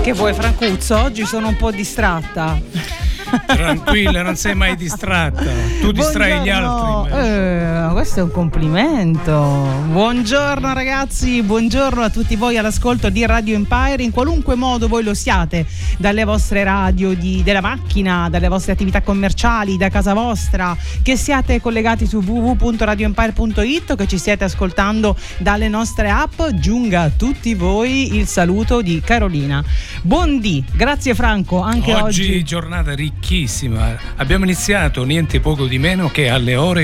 Che vuoi, Francuzzo? Oggi sono un po' distratta. Tranquilla, non sei mai distratta. Tu distrai gli altri. Questo è un complimento. Buongiorno ragazzi, buongiorno a tutti voi all'ascolto di Radio Empire, in qualunque modo voi lo siate, dalle vostre radio della macchina, dalle vostre attività commerciali, da casa vostra, che siate collegati su www.radioempire.it o che ci stiate ascoltando dalle nostre app. Giunga a tutti voi il saluto di Carolina. Buondì, grazie Franco, anche oggi giornata ricchissima. Abbiamo iniziato niente poco di meno che alle ore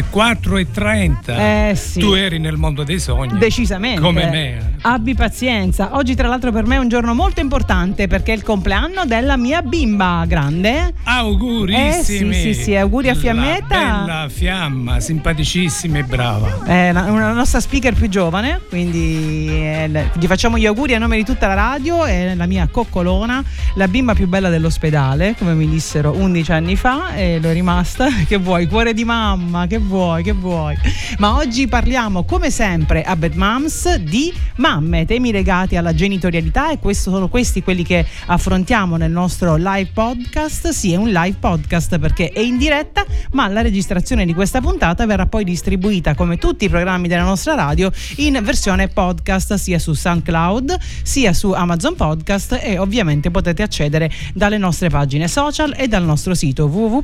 4:30. Sì. Tu eri nel mondo dei sogni. Decisamente. Come me. Abbi pazienza. Oggi tra l'altro per me è un giorno molto importante perché è il compleanno della mia bimba grande. Augurissimi. Sì, auguri a Fiammetta. Bella Fiamma, simpaticissima e brava. È una nostra speaker più giovane, quindi gli facciamo gli auguri a nome di tutta la radio. È la mia coccolona, la bimba più bella dell'ospedale, come mi dissero 11 anni fa, e l'ho rimasta. Che vuoi, cuore di mamma, che vuoi. Ma oggi parliamo come sempre a Bad Moms di mamme, temi legati alla genitorialità, e sono questi quelli che affrontiamo nel nostro live podcast. Sì, è un live podcast perché è in diretta, ma la registrazione di questa puntata verrà poi distribuita, come tutti i programmi della nostra radio, in versione podcast sia su SoundCloud sia su Amazon Podcast, e ovviamente potete accedere dalle nostre pagine social e dal nostro sito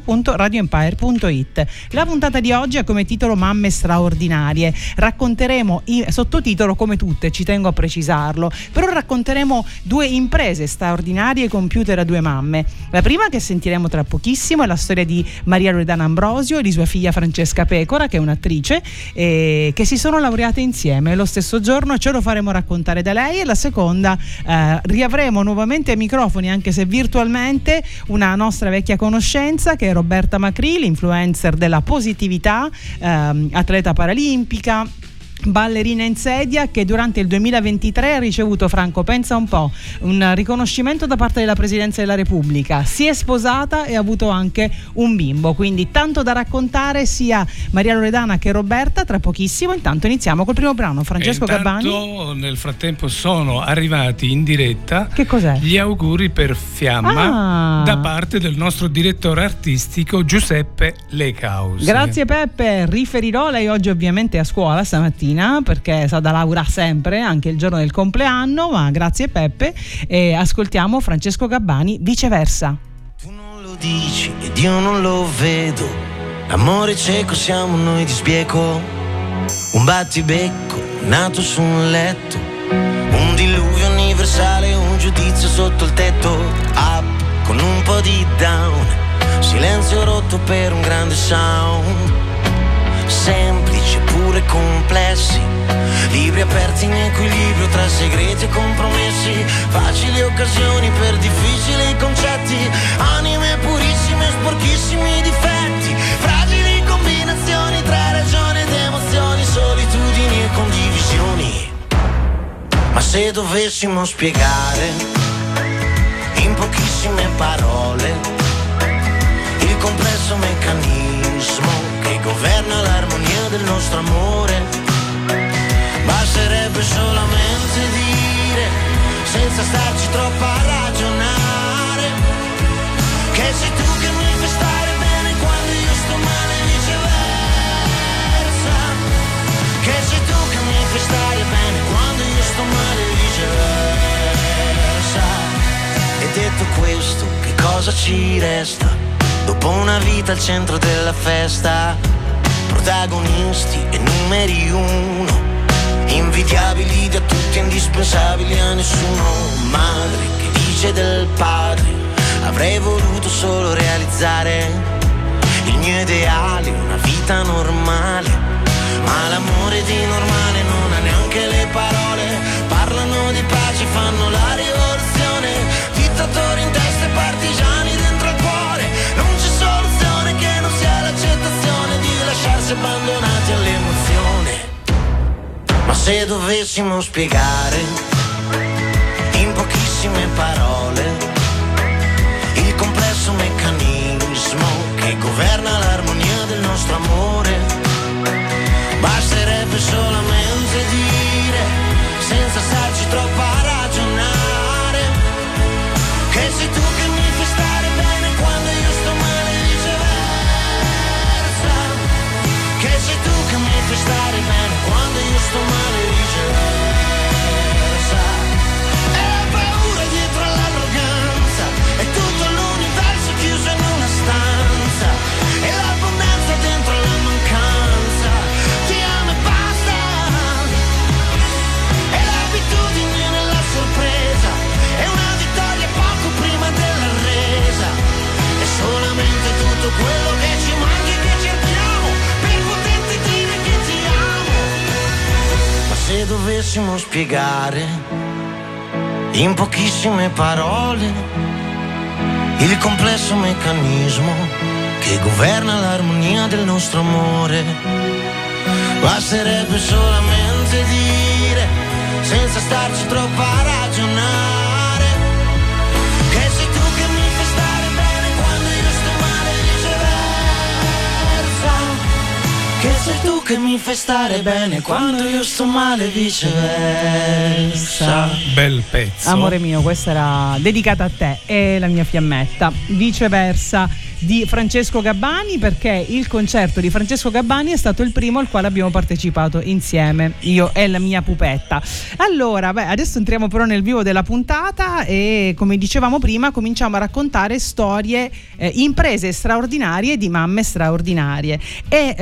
www.radioempire.it. La puntata di oggi ha come titolo Mamme straordinarie. Racconteremo sottotitolo, come tutte, ci tengo a precisarlo, però racconteremo due imprese straordinarie compiute da due mamme. La prima, che sentiremo tra pochissimo, è la storia di Maria Loredana Ambrosio e di sua figlia Francesca Pecora, che è un'attrice, che si sono laureate insieme lo stesso giorno. Ce lo faremo raccontare da lei. E la seconda, riavremo nuovamente ai microfoni, anche se virtualmente, una nostra vecchia conoscenza, che è Roberta Macri, l'influencer della positività, atleta paralimpica, ballerina in sedia, che durante il 2023 ha ricevuto, Franco, pensa un po', un riconoscimento da parte della Presidenza della Repubblica. Si è sposata e ha avuto anche un bimbo, quindi tanto da raccontare sia Maria Loredana che Roberta tra pochissimo. Intanto iniziamo col primo brano. Francesco Gabbani. Nel frattempo sono arrivati in diretta. Che cos'è? Gli auguri per Fiamma da parte del nostro direttore artistico Giuseppe Lecausi. Grazie Peppe, riferirò. Lei oggi ovviamente è a scuola stamattina perché sa da Laura sempre, anche il giorno del compleanno, ma grazie Peppe. E ascoltiamo Francesco Gabbani, Viceversa. Tu non lo dici ed io non lo vedo, l'amore cieco siamo noi di sbieco, un battibecco nato su un letto, un diluvio universale, un giudizio sotto il tetto, up con un po' di down, silenzio rotto per un grande sound, semplici pure complessi, libri aperti in equilibrio tra segreti e compromessi, facili occasioni per difficili concetti, anime purissime, sporchissimi difetti, fragili combinazioni tra ragione ed emozioni, solitudini e condivisioni. Ma se dovessimo spiegare in pochissime parole il complesso meccanismo che governa l'armonia del nostro amore, basterebbe solamente dire, senza starci troppo a ragionare, che sei tu che mi fai stare bene quando io sto male e viceversa, che sei tu che mi fai stare bene quando io sto male e viceversa. E detto questo, che cosa ci resta? Dopo una vita al centro della festa, protagonisti e numeri uno, invidiabili da tutti, indispensabili a nessuno. Madre che dice del padre, avrei voluto solo realizzare il mio ideale, una vita normale, ma l'amore di normale non ha neanche le parole. Parlano di pace, fanno la rivoluzione, dittatori in testa e partigiani dentro il cuore. Non c'è soluzione che non sia l'accettazione di lasciarsi abbandonati all'emozione. Ma se dovessimo spiegare in pochissime parole il complesso meccanismo che governa l'armonia del nostro amore, basterebbe solamente dire, senza starci troppo a ragionare, dovessimo spiegare in pochissime parole il complesso meccanismo che governa l'armonia del nostro amore, basterebbe solamente dire, senza starci troppo a ragionare, che sei tu che mi fai stare bene quando io sto male e viceversa, che sei tu che mi fai stare bene quando io sto male e viceversa. Bel pezzo. Amore mio, questa era dedicata a te e la mia fiammetta. Viceversa di Francesco Gabbani, perché il concerto di Francesco Gabbani è stato il primo al quale abbiamo partecipato insieme, io e la mia pupetta. Allora, adesso entriamo però nel vivo della puntata e, come dicevamo prima, cominciamo a raccontare storie, imprese straordinarie di mamme straordinarie. È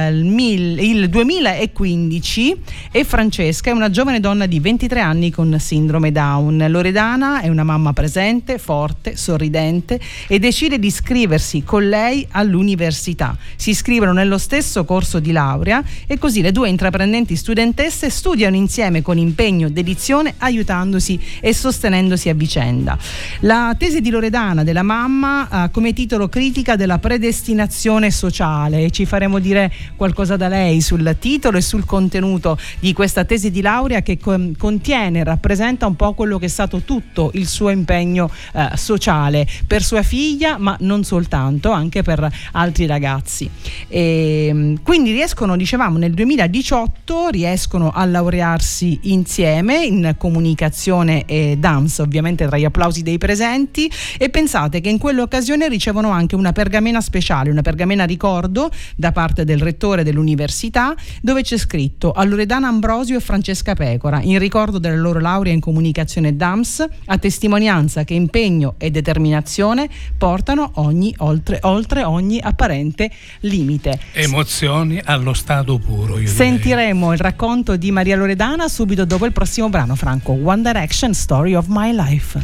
il 2015 e Francesca è una giovane donna di 23 anni con sindrome Down. Loredana è una mamma presente, forte, sorridente e decide di iscriversi con lei all'università. Si iscrivono nello stesso corso di laurea e così le due intraprendenti studentesse studiano insieme con impegno, dedizione, aiutandosi e sostenendosi a vicenda. La tesi di Loredana, della mamma, ha come titolo Critica della predestinazione sociale, e ci faremo dire qualcosa da lei sul titolo e sul contenuto di questa tesi di laurea, che contiene e rappresenta un po' quello che è stato tutto il suo impegno sociale per sua figlia, ma non soltanto, anche per altri ragazzi. E quindi riescono, dicevamo, nel 2018 riescono a laurearsi insieme in comunicazione e DAMS, ovviamente tra gli applausi dei presenti, e pensate che in quell'occasione ricevono anche una pergamena speciale, una pergamena ricordo da parte del rettore dell'università, dove c'è scritto: a Loredana Ambrosio e Francesca Pecora, in ricordo della loro laurea in comunicazione DAMS, a testimonianza che impegno e determinazione portano oltre ogni apparente limite. Emozioni allo stato puro. Sentiremo il racconto di Maria Loredana subito dopo il prossimo brano, Franco. One Direction, Story of My Life.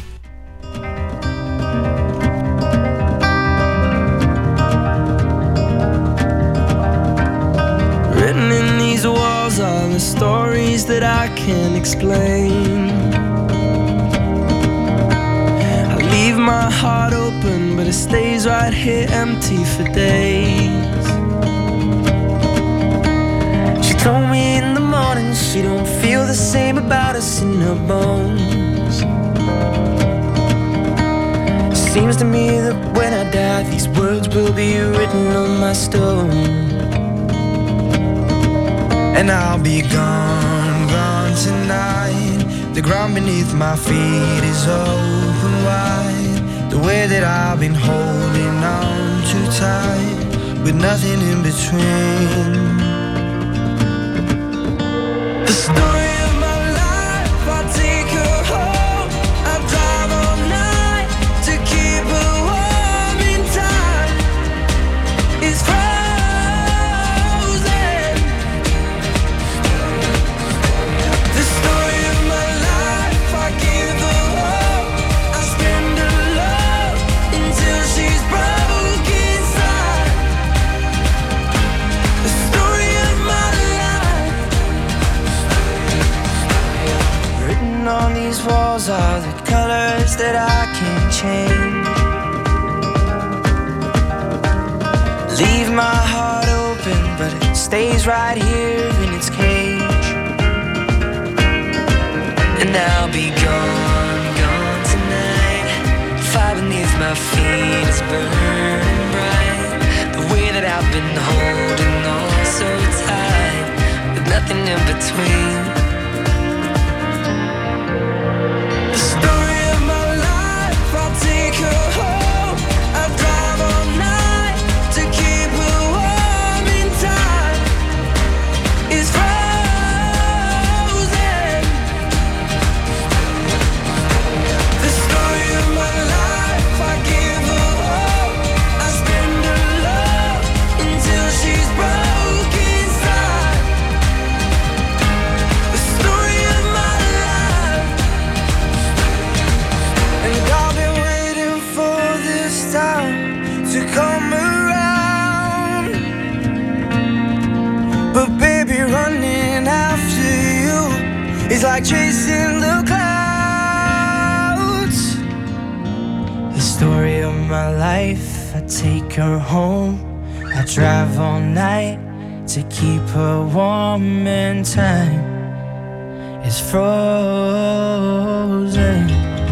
Written in these walls are the stories that I can't explain. Leave my heart open, but it stays right here empty for days. She told me in the morning she don't feel the same about us in her bones. Seems to me that when I die, these words will be written on my stone. And I'll be gone, gone tonight. The ground beneath my feet is open wide. The way that I've been holding on too tight, with nothing in between. The story of my life, I'll take her home. I'll drive all night to keep her warm in time. It's frozen. The story of my life, I give her hope. I spend her love until she's broke inside. The story of my life. Written on these walls are the colors that I can't change. Leave my heart open, but it stays right here in its cage. And I'll be gone, gone tonight. Fire beneath my feet is burning bright. The way that I've been holding on so tight, with nothing in between. The story of my life, I'll take her home. I'll drive all night to keep her warm in time. It's frozen. The story of my life, I give her hope. I spend her love until she's broke inside. The like chasing the clouds. The story of my life, I take her home, I drive all night to keep her warm, and time is frozen.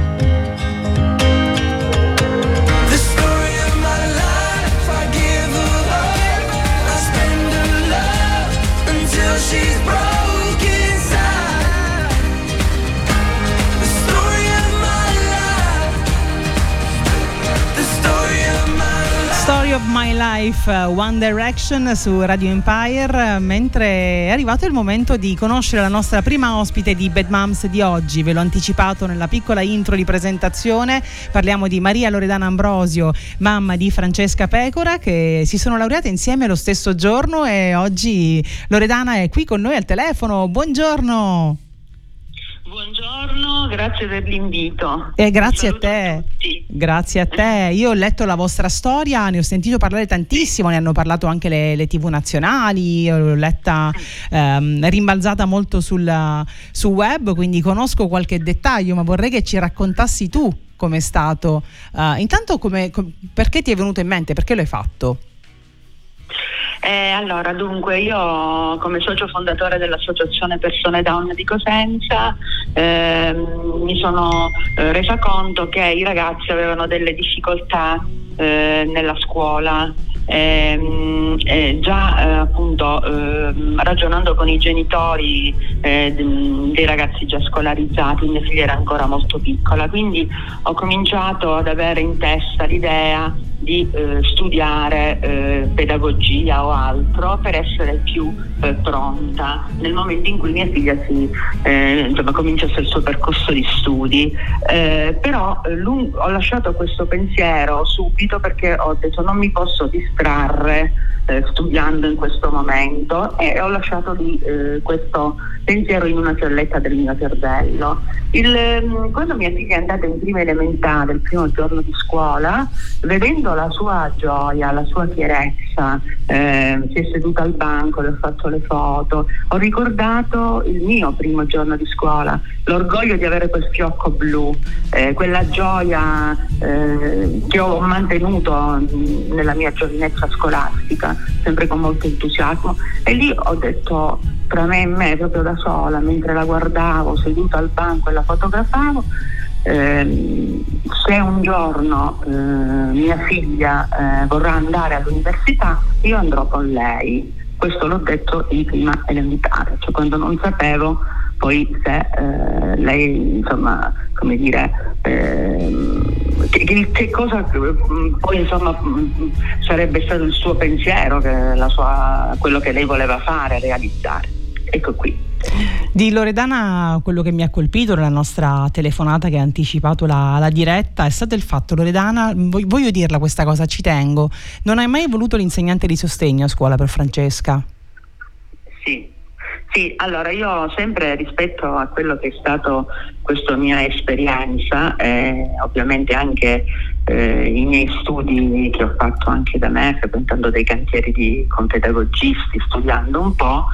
The story of my life, I give her love, I spend her love until she's broken inside. The story of my life, the story of my life. Story of My Life, One Direction su Radio Empire, mentre è arrivato il momento di conoscere la nostra prima ospite di Bad Moms di oggi. Ve l'ho anticipato nella piccola intro di presentazione, parliamo di Maria Loredana Ambrosio, mamma di Francesca Pecora, che si sono laureate insieme lo stesso giorno, e oggi Loredana è qui con noi al telefono. Buongiorno. Buongiorno, grazie per l'invito. E grazie a Saluto te. tutti. Grazie a te. Io ho letto la vostra storia, ne ho sentito parlare tantissimo, ne hanno parlato anche le TV nazionali, l'ho letta rimbalzata molto sul web, quindi conosco qualche dettaglio, ma vorrei che ci raccontassi tu com'è stato. Intanto perché ti è venuto in mente, perché l'hai fatto? Allora, dunque, io come socio fondatore dell'Associazione Persone Down di Cosenza mi sono resa conto che i ragazzi avevano delle difficoltà nella scuola. Appunto ragionando con i genitori dei ragazzi già scolarizzati, mia figlia era ancora molto piccola, quindi ho cominciato ad avere in testa l'idea di studiare pedagogia o altro per essere più pronta nel momento in cui mia figlia cominciasse il suo percorso di studi, però ho lasciato questo pensiero subito, perché ho detto non mi posso distrarre studiando in questo momento, e ho lasciato lì questo pensiero in una fialletta del mio cervello. Quando mia figlia è andata in prima elementare, il primo giorno di scuola, vedendo la sua gioia, la sua fierezza, si è seduta al banco, le ho fatto le foto, ho ricordato il mio primo giorno di scuola, l'orgoglio di avere quel fiocco blu, quella gioia che ho mantenuto nella mia giovinezza scolastica, sempre con molto entusiasmo, e lì ho detto tra me e me, proprio da sola, mentre la guardavo seduta al banco e la fotografavo, se un giorno mia figlia vorrà andare all'università, io andrò con lei. Questo l'ho detto in prima elementare, cioè quando non sapevo poi se lei, insomma, come dire, che cosa poi, insomma, sarebbe stato il suo pensiero, quello che lei voleva fare, realizzare. Ecco qui. Di Loredana, quello che mi ha colpito nella nostra telefonata che ha anticipato la diretta è stato il fatto, Loredana, voglio dirla questa cosa, ci tengo, non hai mai voluto l'insegnante di sostegno a scuola per Francesca? Sì, allora io sempre, rispetto a quello che è stato questa mia esperienza, ovviamente anche i miei studi che ho fatto anche da me, frequentando dei cantieri con pedagogisti, studiando un po',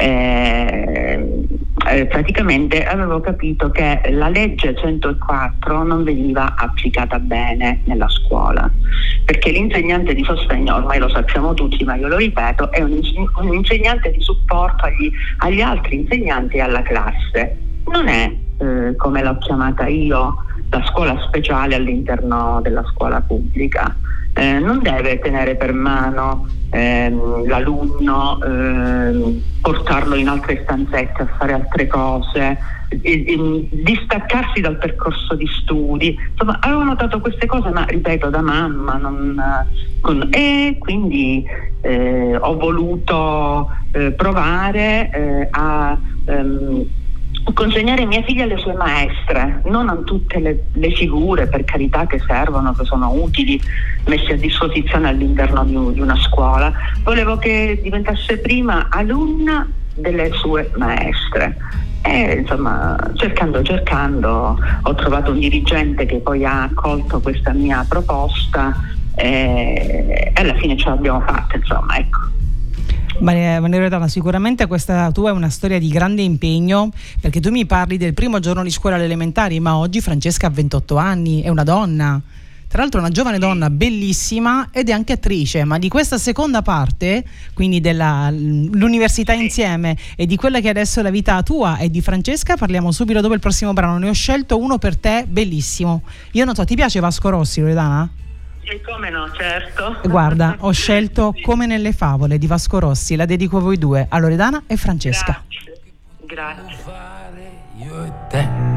praticamente avevo capito che la legge 104 non veniva applicata bene nella scuola, perché l'insegnante di sostegno, ormai lo sappiamo tutti ma io lo ripeto, è un insegnante di supporto agli altri insegnanti e alla classe. Non è come l'ho chiamata io, la scuola speciale all'interno della scuola pubblica. Non deve tenere per mano l'alunno, portarlo in altre stanzette a fare altre cose, distaccarsi dal percorso di studi. Insomma, avevo notato queste cose, ma ripeto, da mamma, e quindi ho voluto provare a consegnare mia figlia alle sue maestre, non a tutte le figure, per carità, che servono, che sono utili, messe a disposizione all'interno di una scuola. Volevo che diventasse prima alunna delle sue maestre. E insomma, cercando ho trovato un dirigente che poi ha accolto questa mia proposta, e alla fine ce l'abbiamo fatta, insomma, ecco. Maria Loredana, sicuramente questa tua è una storia di grande impegno, perché tu mi parli del primo giorno di scuola alle elementari, ma oggi Francesca ha 28 anni, è una donna. Tra l'altro una giovane donna bellissima ed è anche attrice, ma di questa seconda parte, quindi dell'università insieme e di quella che adesso è la vita tua e di Francesca, parliamo subito dopo il prossimo brano. Ne ho scelto uno per te bellissimo. Io non so, ti piace Vasco Rossi, Loredana? E come no, certo. Guarda, ho scelto Come nelle favole di Vasco Rossi, la dedico a voi due, a Loredana e Francesca. Grazie. Io e te,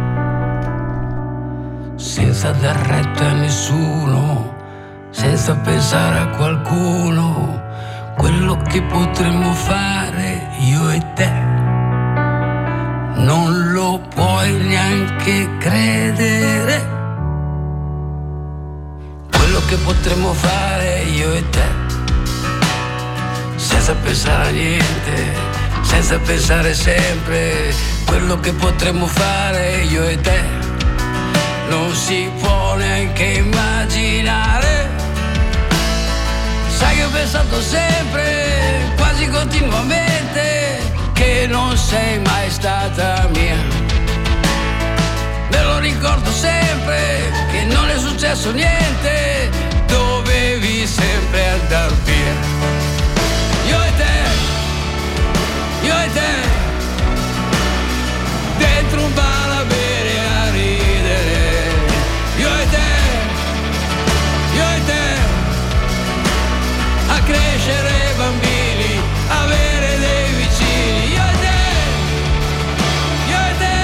senza dar retta a nessuno, senza pensare a qualcuno, quello che potremmo fare io e te, non lo puoi neanche credere, quello che potremmo fare io e te, senza pensare a niente, senza pensare sempre, quello che potremmo fare io e te non si può neanche immaginare. Sai che ho pensato sempre, quasi continuamente, che non sei mai stata mia. Me lo ricordo sempre, che non è successo niente, dovevi sempre andar via. Io e te, dentro un bar a bere a ridere. Io e te, a crescere bambini, avere dei vicini. Io e te,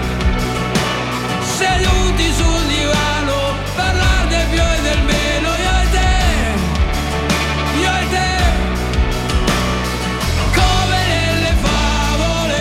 seduti sul divano, parlare del più e del meno. Io e te, come nelle favole.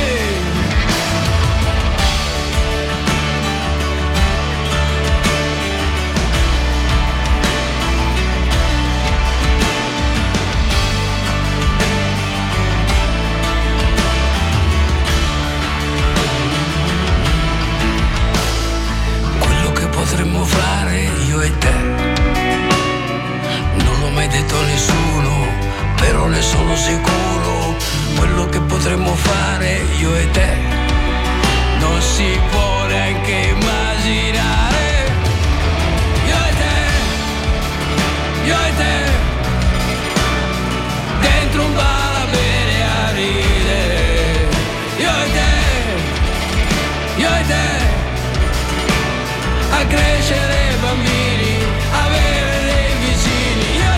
Potremmo fare io e te, non l'ho mai detto a nessuno, però ne sono sicuro, quello che potremmo fare io e te non si può neanche immaginare. Io e te, dentro un bar a bere a ridere. Io e te, a crescere bambini, avere dei vicini. Io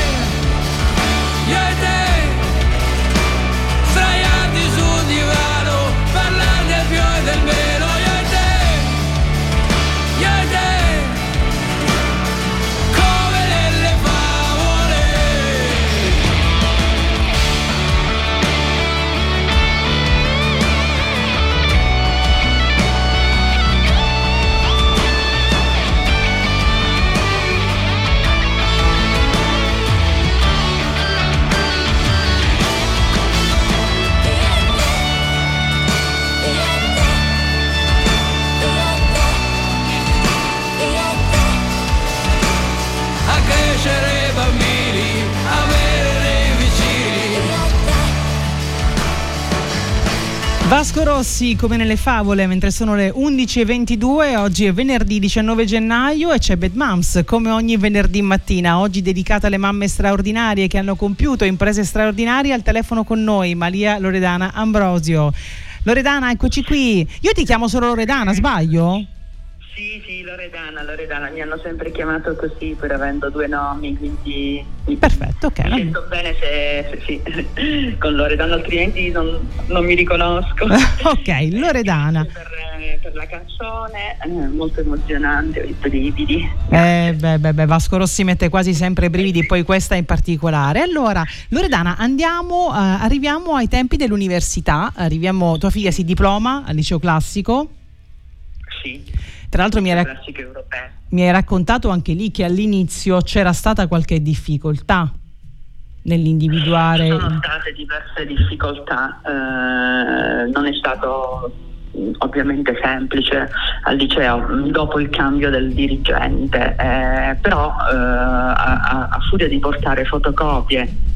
e te, sdraiati sul divano, parlare del più e del meno. Io e te, come nelle favole. Bambini, avere dei vicini. Vasco Rossi, Come nelle favole, mentre sono le 11:22. Oggi è venerdì 19 gennaio e c'è Bad Moms, come ogni venerdì mattina, oggi dedicata alle mamme straordinarie che hanno compiuto imprese straordinarie. Al telefono con noi Maria Loredana Ambrosio. Loredana, eccoci qui. Io ti chiamo solo Loredana, sbaglio? Sì, Loredana, mi hanno sempre chiamato così, pur avendo due nomi, quindi perfetto, ok. Mi sento bene se sì, con Loredana, altrimenti non mi riconosco. Ok, Loredana. Per la canzone, molto emozionante, ho i brividi. Vasco Rossi mette quasi sempre brividi, poi questa in particolare. Allora, Loredana, arriviamo ai tempi dell'università, tua figlia si diploma al liceo classico. Sì. Tra l'altro mi hai raccontato anche lì che all'inizio c'era stata qualche difficoltà nell'individuare. Sono state diverse difficoltà, non è stato ovviamente semplice al liceo dopo il cambio del dirigente, però a furia di portare fotocopie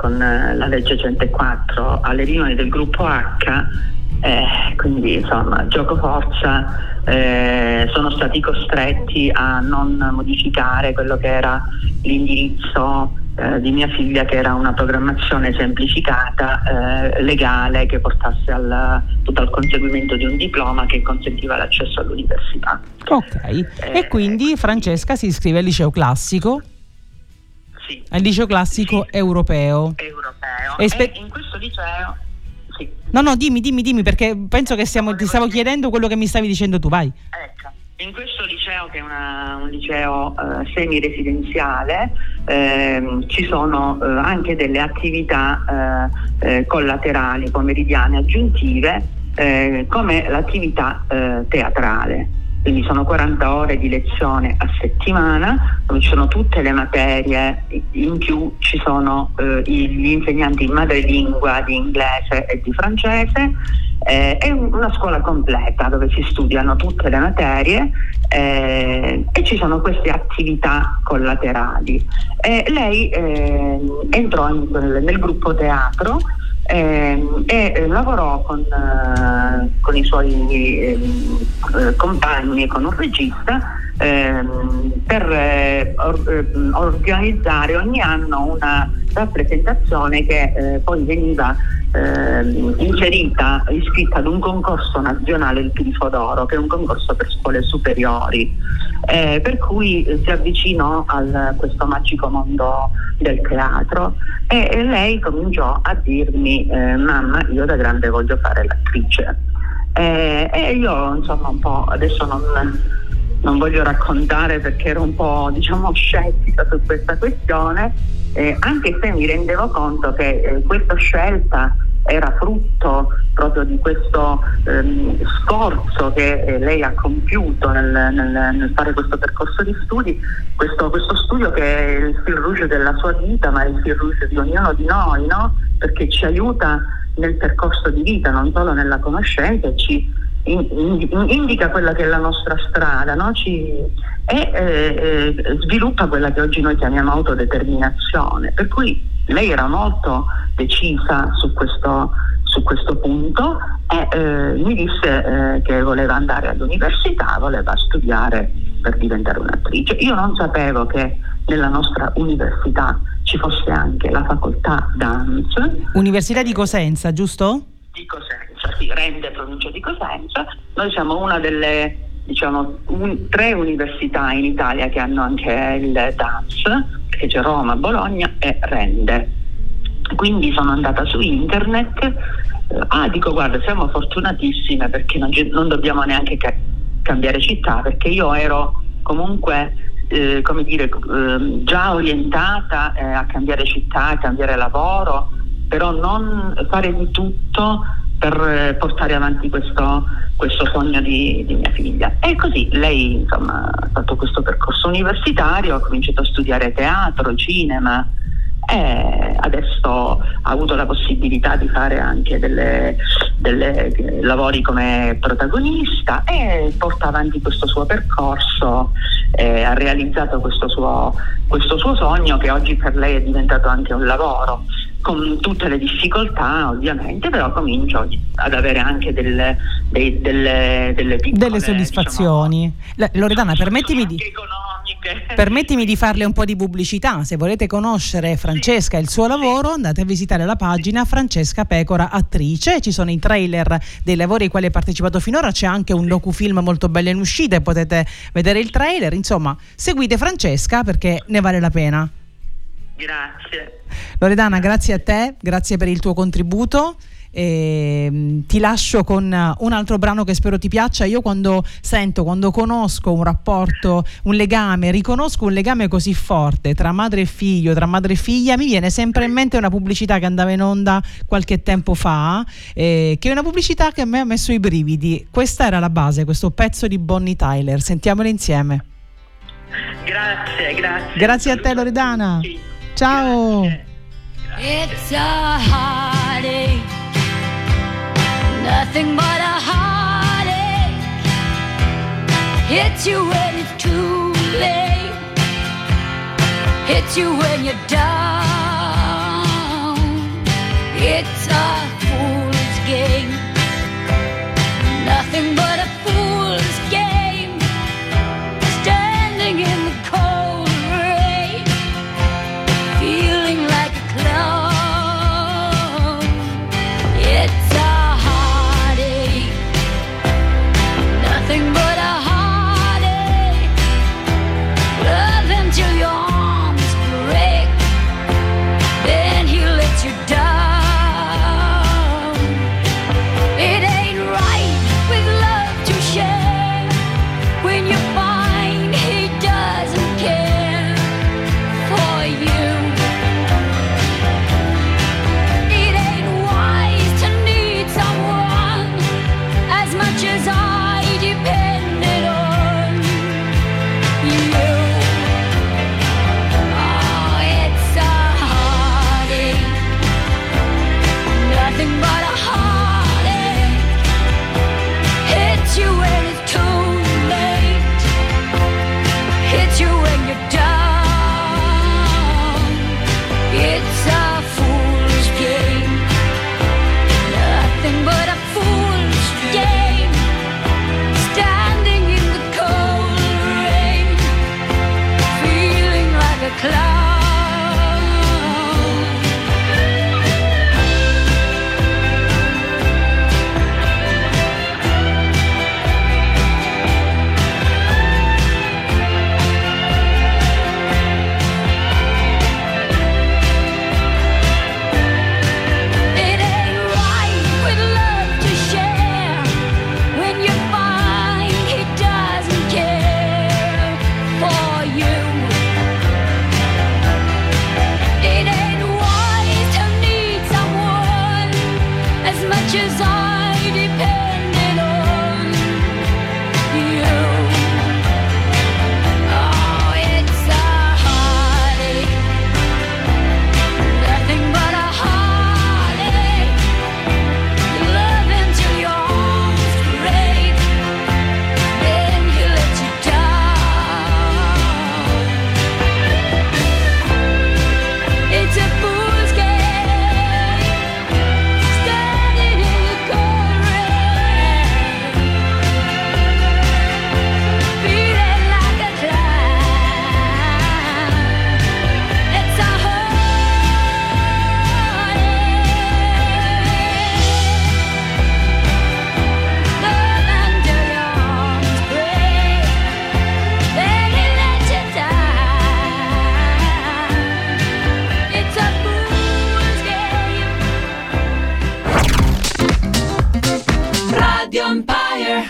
con la legge 104 alle riunioni del gruppo H, quindi insomma gioco forza, sono stati costretti a non modificare quello che era l'indirizzo di mia figlia, che era una programmazione semplificata, legale, che portasse tutto al conseguimento di un diploma che consentiva l'accesso all'università. Ok, e quindi Francesca si iscrive al liceo classico? Sì. Al liceo classico europeo. E in questo liceo... Sì. No, dimmi, perché penso che ti stavo chiedendo quello che mi stavi dicendo tu, vai. Ecco. In questo liceo, che è un liceo semi-residenziale, ci sono anche delle attività collaterali, pomeridiane, aggiuntive, come l'attività teatrale. Quindi sono 40 ore di lezione a settimana, dove ci sono tutte le materie, in più ci sono gli insegnanti in madrelingua di inglese e di francese. È una scuola completa dove si studiano tutte le materie e ci sono queste attività collaterali. Lei entrò nel gruppo teatro e lavorò con i suoi compagni e con un regista per organizzare ogni anno una rappresentazione che poi veniva iscritta ad un concorso nazionale, il Grifo d'Oro, che è un concorso per scuole superiori, per cui si avvicinò a questo magico mondo del teatro e lei cominciò a dirmi: mamma, io da grande voglio fare l'attrice. E io insomma un po', adesso non voglio raccontare perché ero un po', diciamo, scettica su questa questione, anche se mi rendevo conto che questa scelta era frutto proprio di questo sforzo che lei ha compiuto nel fare questo percorso di studi, questo studio che è il fil rouge della sua vita, ma è il fil rouge di ognuno di noi, no? Perché ci aiuta nel percorso di vita, non solo nella conoscenza, e ci indica quella che è la nostra strada, no? Sviluppa quella che oggi noi chiamiamo autodeterminazione. Per cui lei era molto decisa su questo punto e mi disse che voleva andare all'università, voleva studiare per diventare un'attrice. Io non sapevo che nella nostra università ci fosse anche la facoltà dance. Università di Cosenza, giusto? Di Cosenza, sì, Rende, provincia di Cosenza. Noi siamo una delle, diciamo, 3 università in Italia che hanno anche il dance, che c'è Roma, Bologna e Rende. Quindi sono andata su internet, dico guarda, siamo fortunatissime perché non dobbiamo neanche cambiare città, perché io ero comunque già orientata a cambiare città, a cambiare lavoro, però non fare di tutto per portare avanti questo sogno di mia figlia. E così lei insomma ha fatto questo percorso universitario, ha cominciato a studiare teatro, cinema e adesso ha avuto la possibilità di fare anche delle lavori come protagonista e porta avanti questo suo percorso, ha realizzato questo suo sogno, che oggi per lei è diventato anche un lavoro, con tutte le difficoltà ovviamente, però comincio ad avere anche delle piccole, delle soddisfazioni. Loredana, permettimi di farle un po' di pubblicità. Se volete conoscere Francesca e il suo lavoro, andate a visitare la pagina Francesca Pecora Attrice. Ci sono i trailer dei lavori ai quali ha partecipato finora, c'è anche un docufilm molto bello in uscita e potete vedere il trailer. Insomma, seguite Francesca perché ne vale la pena. Grazie. Loredana, grazie a te, grazie per il tuo contributo. Ti lascio con un altro brano che spero ti piaccia. Io quando conosco un rapporto, un legame, riconosco un legame così forte tra madre e figlio, tra madre e figlia, mi viene sempre in mente una pubblicità che andava in onda qualche tempo fa, che è una pubblicità che a me ha messo i brividi. Questa era la base, questo pezzo di Bonnie Tyler. Sentiamolo insieme. Grazie. Grazie a te, Loredana. Sì. Ciao. It's a heartache, nothing but a heartache. Hits you when it's too late, hits you when you're down. a fool's game. Nothing but a fool's game. Standing in the cold rain, feeling like a clown. It's a heartache. Nothing but a heartache. Love him till your arms break, then he lets you down. It ain't right with love to share when you find he doesn't care for you. It ain't wise to need someone as much as I depended on you. Oh, it's a heartache. Nothing but a heartache. Hits you when it's too late. Hits you when you're down. It's a fool's game. Nothing but a fool's game. Standing in the cold rain, feeling like a clown. It ain't right with love to share when you find he doesn't care for you. It ain't wise to need someone as much as I depended on you. Oh, it's a heartache. Nothing but a heartache. You love him till your arms break, then he lets you down. It's a fool's game, standing in the cold rain, feeling like a clown. It's a heartache. Love until your arms break, then he lets you down. It's a fool's game. Radio Empire.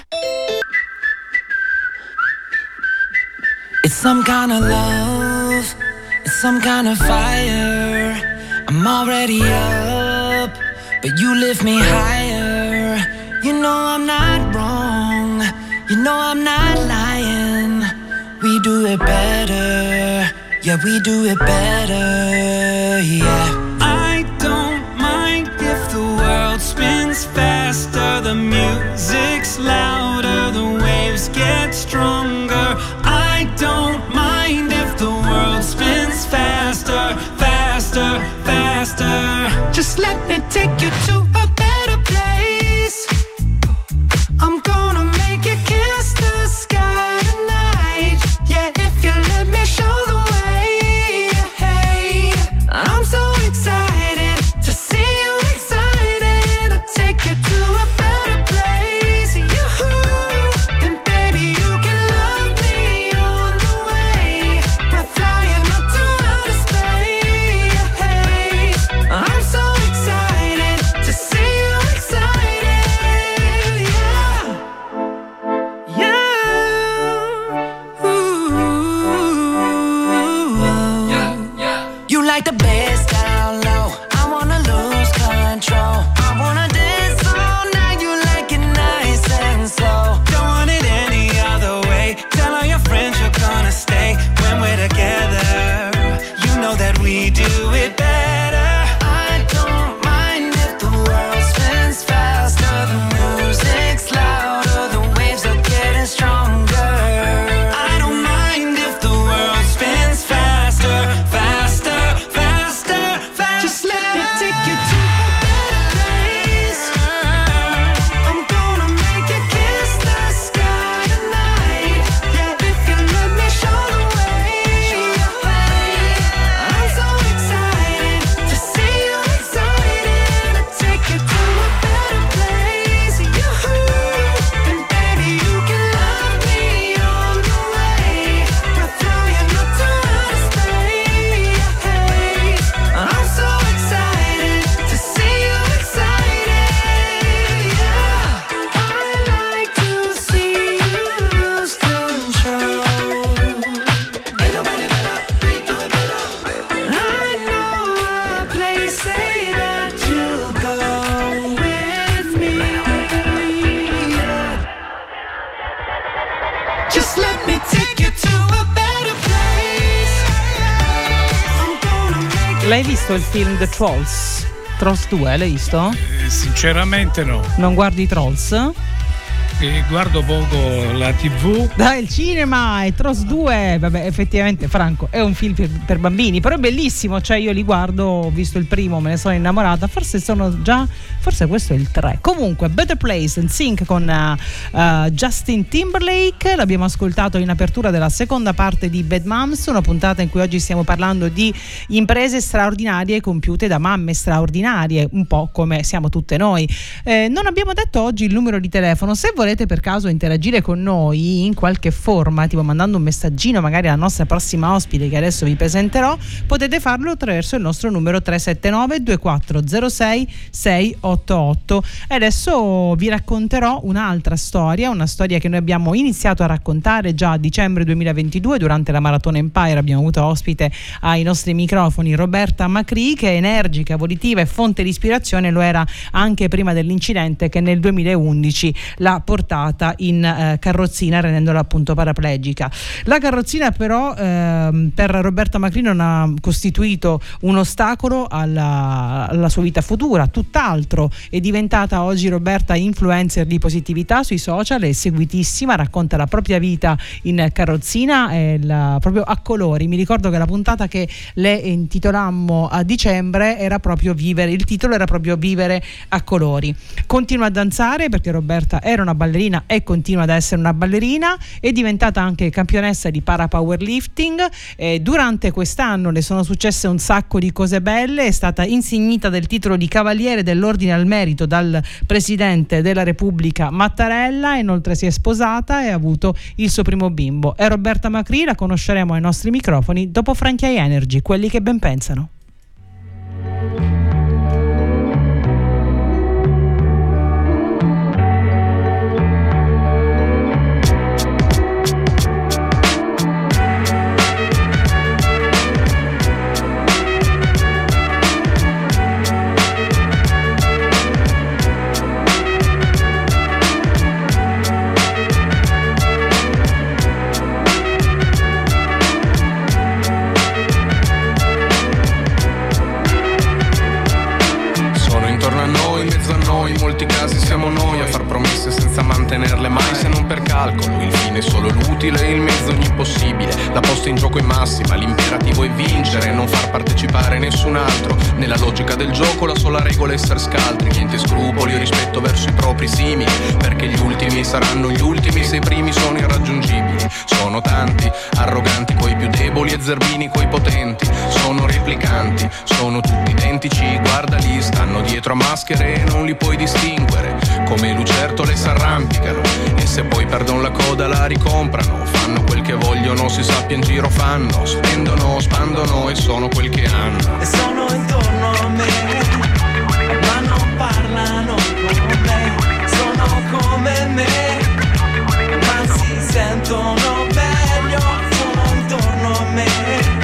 It's some kind of love, it's some kind of fire. I'm already up, but you lift me higher. You know I'm not wrong, you know I'm not lying. We do it better, yeah, we do it better, yeah. I don't mind if the world spins faster, the music's louder, the waves get stronger. I don't mind if the world spins faster, faster, faster. Just let me take you to a better place. I'm gonna make you kiss the sky tonight. Yeah, if you let me show the way. Hey, I'm so excited to see you excited. I'll take you to a better place. You Just let me take you to a better place. I'm gonna make L'hai visto il film The Trolls? Trolls 2, l'hai visto? Sinceramente no. Non guardi Trolls? Guardo poco la TV. Dai, il cinema e Trolls 2, vabbè, effettivamente Franco è un film per bambini, però è bellissimo, cioè io li guardo, ho visto il primo, me ne sono innamorata, forse questo è il 3. Comunque Better Place in Sync con Justin Timberlake, l'abbiamo ascoltato in apertura della seconda parte di Bad Moms, una puntata in cui oggi stiamo parlando di imprese straordinarie compiute da mamme straordinarie, un po' come siamo tutte noi. Non abbiamo detto oggi il numero di telefono, se volete per caso interagire con noi in qualche forma, tipo mandando un messaggino magari alla nostra prossima ospite che adesso vi presenterò, potete farlo attraverso il nostro numero 379 2406 688. E adesso vi racconterò un'altra storia, una storia che noi abbiamo iniziato a raccontare già a dicembre 2022 durante la Maratona Empire. Abbiamo avuto ospite ai nostri microfoni Roberta Macri, che è energica, volitiva e fonte di ispirazione, lo era anche prima dell'incidente che nel 2011 l'ha portata in carrozzina, rendendola appunto paraplegica. La carrozzina però per Roberta Macri non ha costituito un ostacolo alla sua vita futura, tutt'altro. È diventata oggi Roberta influencer di positività sui social, è seguitissima, racconta la propria vita in carrozzina proprio a colori. Mi ricordo che la puntata che le intitolammo a dicembre era proprio il titolo era proprio Vivere a colori. Continua a danzare perché Roberta era una ballerina e continua ad essere una ballerina, è diventata anche campionessa di para powerlifting. Durante quest'anno le sono successe un sacco di cose belle, è stata insignita del titolo di Cavaliere dell'Ordine al Merito dal Presidente della Repubblica Mattarella, inoltre si è sposata e ha avuto il suo primo bimbo. È Roberta Macri, la conosceremo ai nostri microfoni dopo Franchi High Energy, quelli che ben pensano. mantenerle mai se non per calcolo. Il fine è solo l'utile, il mezzo ogni possibile. La posta in gioco è massima, l'imperativo è vincere, non far partecipare nessun altro. Nella logica del gioco la sola regola è essere scaltri, niente scrupoli o rispetto verso i propri simili, perché gli ultimi saranno gli ultimi se i primi sono irraggiungibili. Sono tanti, arroganti coi più deboli e zerbini coi potenti. Sono replicanti, sono tutti identici, guardali, stanno dietro a maschere e non li puoi distinguere. Come lucertole s'arrampicano e se poi perdono la coda la ricomprano. Fanno quel che vogliono, si sappia in giro fanno, spendono, spandono e sono quel che hanno. E sono intorno a me, ma non parlano con me. Sono come me, ma si sentono meglio. Sono intorno a me,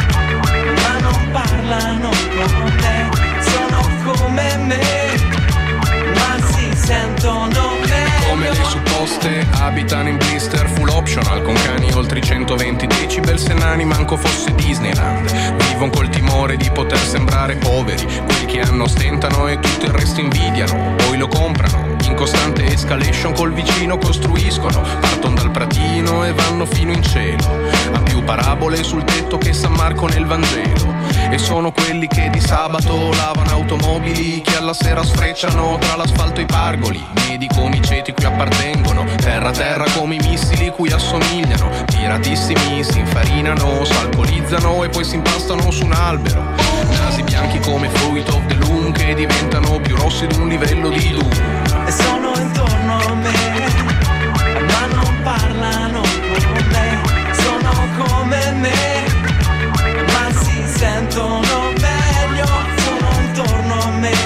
ma non parlano con me. Sono come me, ma si sentono meglio. Come le supposte abitano in blister full optional, con cani oltre i 120 decibel, se nani manco fosse Disneyland. Vivono col timore di poter sembrare poveri, quelli che hanno stentano e tutto il resto invidiano, poi lo comprano. In costante escalation col vicino costruiscono, partono dal pratino e vanno fino in cielo. Ha più parabole sul tetto che San Marco nel Vangelo. E sono quelli che di sabato lavano automobili, che alla sera sfrecciano tra l'asfalto e i pargoli. Medi come i ceti cui appartengono, terra a terra come i missili cui assomigliano. Tiratissimi si infarinano, s'alcolizzano e poi si impastano su un albero. Nasi bianchi come fruit of the loom, che diventano più rossi di un livello di Doom. E sono intorno a me, ma non parlano con me. Sono come me, ma si sentono meglio. Sono intorno a me,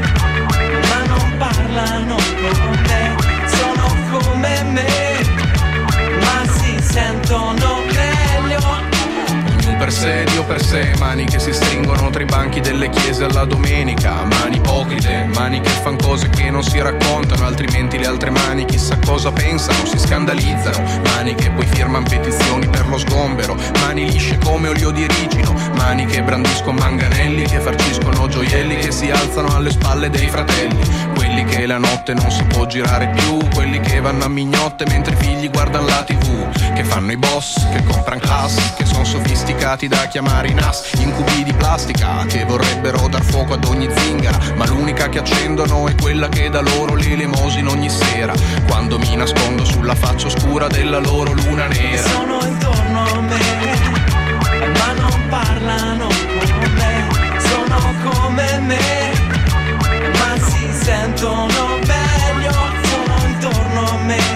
ma non parlano con me. Sono come me, ma si sentono meglio. Per sé, Dio per sé, mani che si stringono tra i banchi delle chiese alla domenica, mani ipocrite, mani che fan cose che non si raccontano, altrimenti le altre mani chissà cosa pensano, si scandalizzano, mani che poi firman petizioni per lo sgombero, mani lisce come olio di ricino, mani che brandiscono manganelli, che farciscono gioielli, che si alzano alle spalle dei fratelli, quelli che la notte non si può girare più, quelli che vanno a mignotte mentre i figli guardano la TV, che fanno i boss, che compran class, che sono sofisticati da chiamare i NAS, incubi di plastica che vorrebbero dar fuoco ad ogni zingara, ma l'unica che accendono è quella che dà loro le elemosine ogni sera, quando mi nascondo sulla faccia oscura della loro luna nera. Sono intorno a me, ma non parlano con me, sono come me, ma si sentono meglio, sono intorno a me,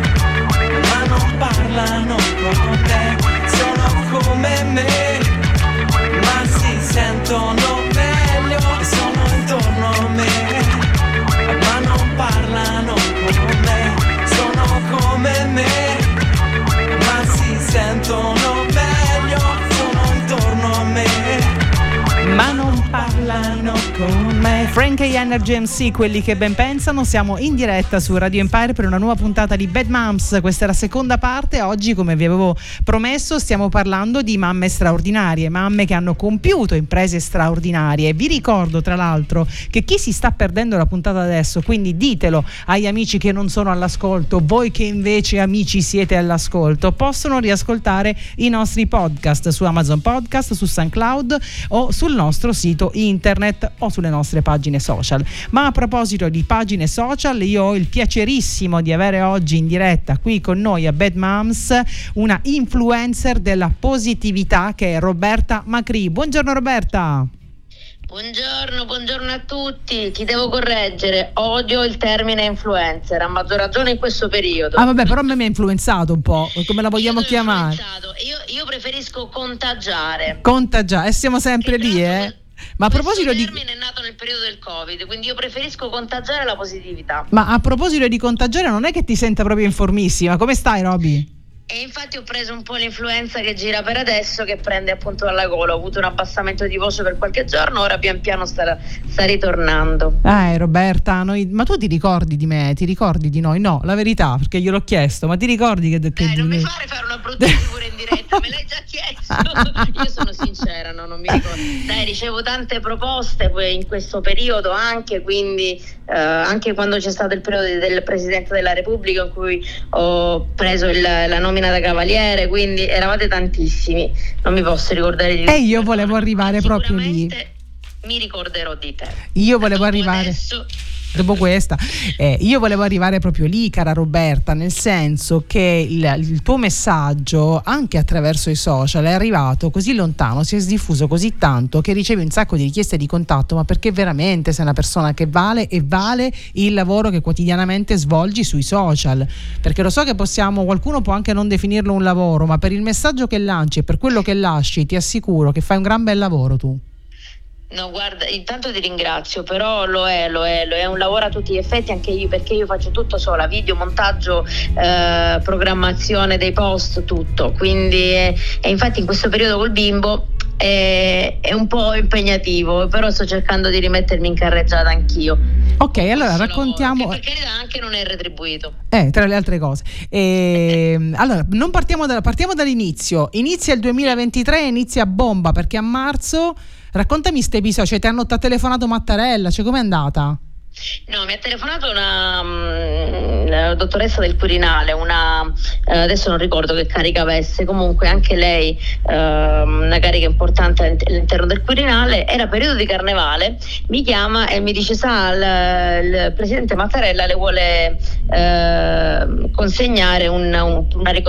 ma non parlano con me, sono come me, ma si sentono meglio, sono intorno a me, ma non parlano con me, sono come me, ma si sentono meglio, sono intorno a me, ma non parlano con me. Frank e Energy MC, quelli che ben pensano. Siamo in diretta su Radio Empire per una nuova puntata di Bad Moms. Questa è la seconda parte. Oggi, come vi avevo promesso, stiamo parlando di mamme straordinarie, mamme che hanno compiuto imprese straordinarie. Vi ricordo tra l'altro che chi si sta perdendo la puntata adesso, quindi ditelo agli amici che non sono all'ascolto, voi che invece amici siete all'ascolto, possono riascoltare i nostri podcast su Amazon Podcast, su SoundCloud o sul nostro sito internet o sulle nostre pagine social. Ma a proposito di pagine social, io ho il piacerissimo di avere oggi in diretta qui con noi a Bad Moms una influencer della positività che è Roberta Macri. Buongiorno Roberta. Buongiorno a tutti. Ti devo correggere, odio il termine influencer, a maggior ragione in questo periodo. Ah vabbè, però a me mi ha influenzato un po', come la vogliamo chiamare? Io preferisco contagiare. Contagiare, e siamo sempre lì, Ma a proposito di... Il termine è nato nel periodo del Covid, quindi io preferisco contagiare la positività. Ma a proposito di contagiare, non è che ti senta proprio informissima. Come stai, Roby? E infatti ho preso un po' l'influenza che gira per adesso, che prende appunto alla gola. Ho avuto un abbassamento di voce per qualche giorno, ora pian piano sta ritornando. Roberta, ma tu ti ricordi di me? Ti ricordi di noi? No, la verità, perché gliel'ho chiesto, ma ti ricordi che non mi fare una brutta figura in diretta, me l'hai già chiesto. Io sono sincera, non mi ricordo. Dai, ricevo tante proposte in questo periodo anche, quindi anche quando c'è stato il periodo del Presidente della Repubblica in cui ho preso la nomina da cavaliere, quindi eravate tantissimi, non mi posso ricordare di te. E io volevo arrivare proprio lì. Mi ricorderò di te. Io volevo arrivare dopo questa, io volevo arrivare proprio lì, cara Roberta, nel senso che il tuo messaggio anche attraverso i social è arrivato così lontano, si è diffuso così tanto che ricevi un sacco di richieste di contatto, ma perché veramente sei una persona che vale il lavoro che quotidianamente svolgi sui social, perché lo so che qualcuno può anche non definirlo un lavoro, ma per il messaggio che lanci e per quello che lasci ti assicuro che fai un gran bel lavoro tu. No, guarda, intanto ti ringrazio, però lo è un lavoro a tutti gli effetti, anche io, perché io faccio tutto sola, video, montaggio, programmazione dei post, tutto, quindi e infatti in questo periodo col bimbo è un po' impegnativo, però sto cercando di rimettermi in carreggiata anch'io. Ok, allora raccontiamo. Che per carità anche non è retribuito. Tra le altre cose. Allora, non partiamo dall'inizio. Inizia il 2023, inizia a bomba, perché a marzo. Raccontami ste episodi, ti hanno telefonato Mattarella, com'è andata? No, mi ha telefonato una dottoressa del Quirinale, adesso non ricordo che carica avesse, comunque anche lei una carica importante all'interno del Quirinale. Era periodo di carnevale, mi chiama e mi dice: il presidente Mattarella le vuole consegnare un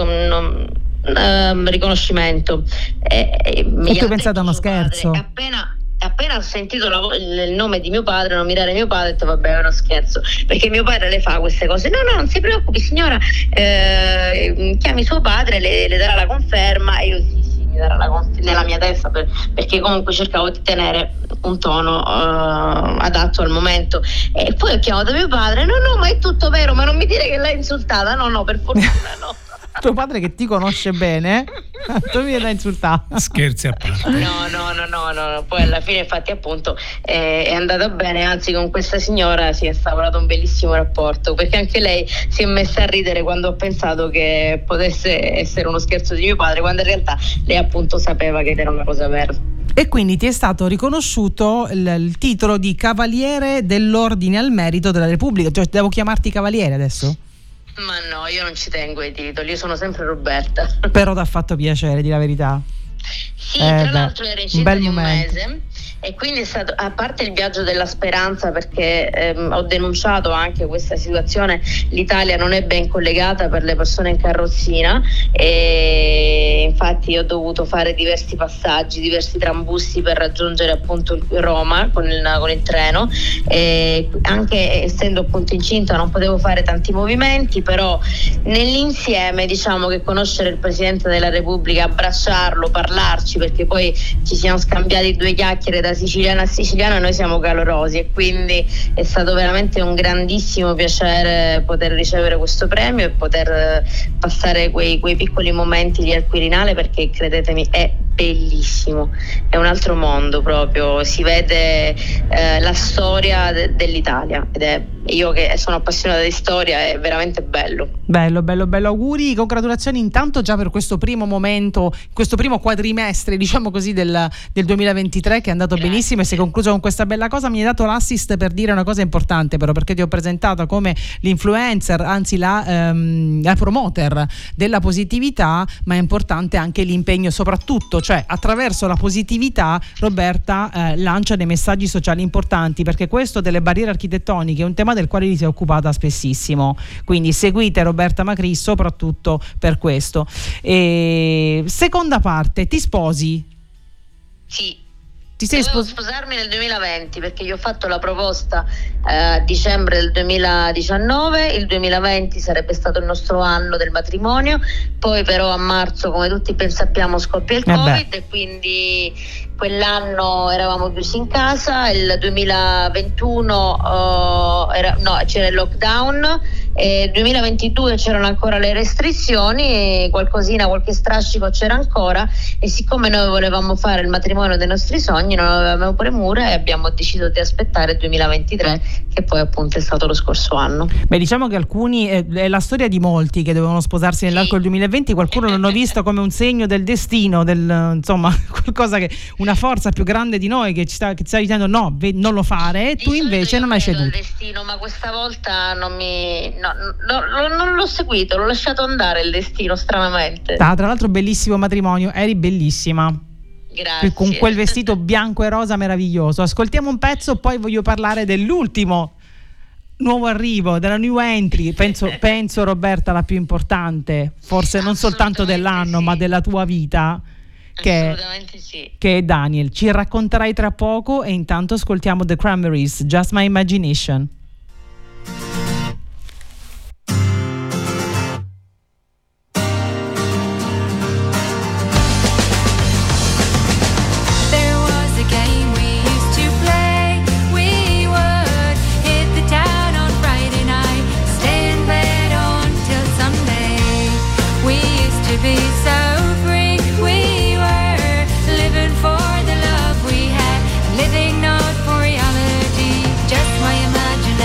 riconoscimento. E tu hai pensato a uno scherzo? Appena ho sentito il nome di mio padre, non mirare mio padre, ho detto vabbè, è uno scherzo, perché mio padre le fa queste cose. No, non si preoccupi signora, chiami suo padre, le darà la conferma. E io sì, mi darà nella mia testa, perché comunque cercavo di tenere un tono adatto al momento. E poi ho chiamato mio padre: no, ma è tutto vero, ma non mi dire che l'hai insultata. No, per fortuna no. Tuo padre, che ti conosce bene? Tu mi dai insultare. Scherzi a parte. No, poi alla fine infatti appunto è andata bene, anzi con questa signora si è instaurato un bellissimo rapporto, perché anche lei si è messa a ridere quando ho pensato che potesse essere uno scherzo di mio padre, quando in realtà lei appunto sapeva che era una cosa vera. E quindi ti è stato riconosciuto il titolo di Cavaliere dell'Ordine al Merito della Repubblica, cioè devo chiamarti Cavaliere adesso? Ma no, io non ci tengo ai titoli, io sono sempre Roberta. Però ti ha fatto piacere, di la verità. Sì, tra l'altro era incinta di un momento. mese e quindi è stato, a parte il viaggio della speranza, perché ho denunciato anche questa situazione, l'Italia non è ben collegata per le persone in carrozzina e infatti ho dovuto fare diversi passaggi, diversi trambusti per raggiungere appunto Roma con il treno, e anche essendo appunto incinta non potevo fare tanti movimenti, però nell'insieme diciamo che conoscere il Presidente della Repubblica, abbracciarlo, parlarci, perché poi ci siamo scambiati due chiacchiere da siciliana a siciliano e noi siamo calorosi, e quindi è stato veramente un grandissimo piacere poter ricevere questo premio e poter passare quei piccoli momenti di al Quirinale, perché credetemi è bellissimo, è un altro mondo proprio, si vede la storia dell'Italia, ed è, io che sono appassionata di storia, è veramente bello. Bello, auguri, congratulazioni intanto già per questo primo momento, questo primo quadrimestre diciamo così del 2023 che è andato benissimo e si è concluso con questa bella cosa. Mi hai dato l'assist per dire una cosa importante però, perché ti ho presentato come l'influencer, anzi la promoter della positività, ma è importante anche l'impegno, soprattutto, cioè attraverso la positività Roberta lancia dei messaggi sociali importanti, perché questo delle barriere architettoniche è un tema del quale si è occupata spessissimo, quindi seguite Roberta Macri soprattutto per questo. E seconda parte, ti sposi? Sì. Dovevo sposarmi nel 2020, perché io ho fatto la proposta a dicembre del 2019, il 2020 sarebbe stato il nostro anno del matrimonio, poi però a marzo, come tutti ben sappiamo, scoppia il Covid e quindi quell'anno eravamo chiusi in casa, il 2021 c'era il lockdown, e il 2022 c'erano ancora le restrizioni, qualche strascico c'era ancora, e siccome noi volevamo fare il matrimonio dei nostri sogni, non avevamo premura e abbiamo deciso di aspettare il 2023, che poi appunto è stato lo scorso anno. Beh, diciamo che alcuni, è la storia di molti che dovevano sposarsi nell'arco del 2020, qualcuno l'hanno visto come un segno del destino, insomma qualcosa che, una forza più grande di noi che ci sta dicendo no, non lo fare, e tu invece non hai ceduto. Al destino, ma questa volta non l'ho seguito, l'ho lasciato andare il destino, stranamente. Tra l'altro bellissimo matrimonio, eri bellissima. Grazie. Con quel vestito bianco e rosa meraviglioso. Ascoltiamo un pezzo, poi voglio parlare dell'ultimo nuovo arrivo, della new entry, penso Roberta la più importante, forse non soltanto dell'anno, ma della tua vita, che è Daniel. Ci racconterai tra poco, e intanto ascoltiamo The Cranberries, Just My Imagination. Living not for reality, just my imagination.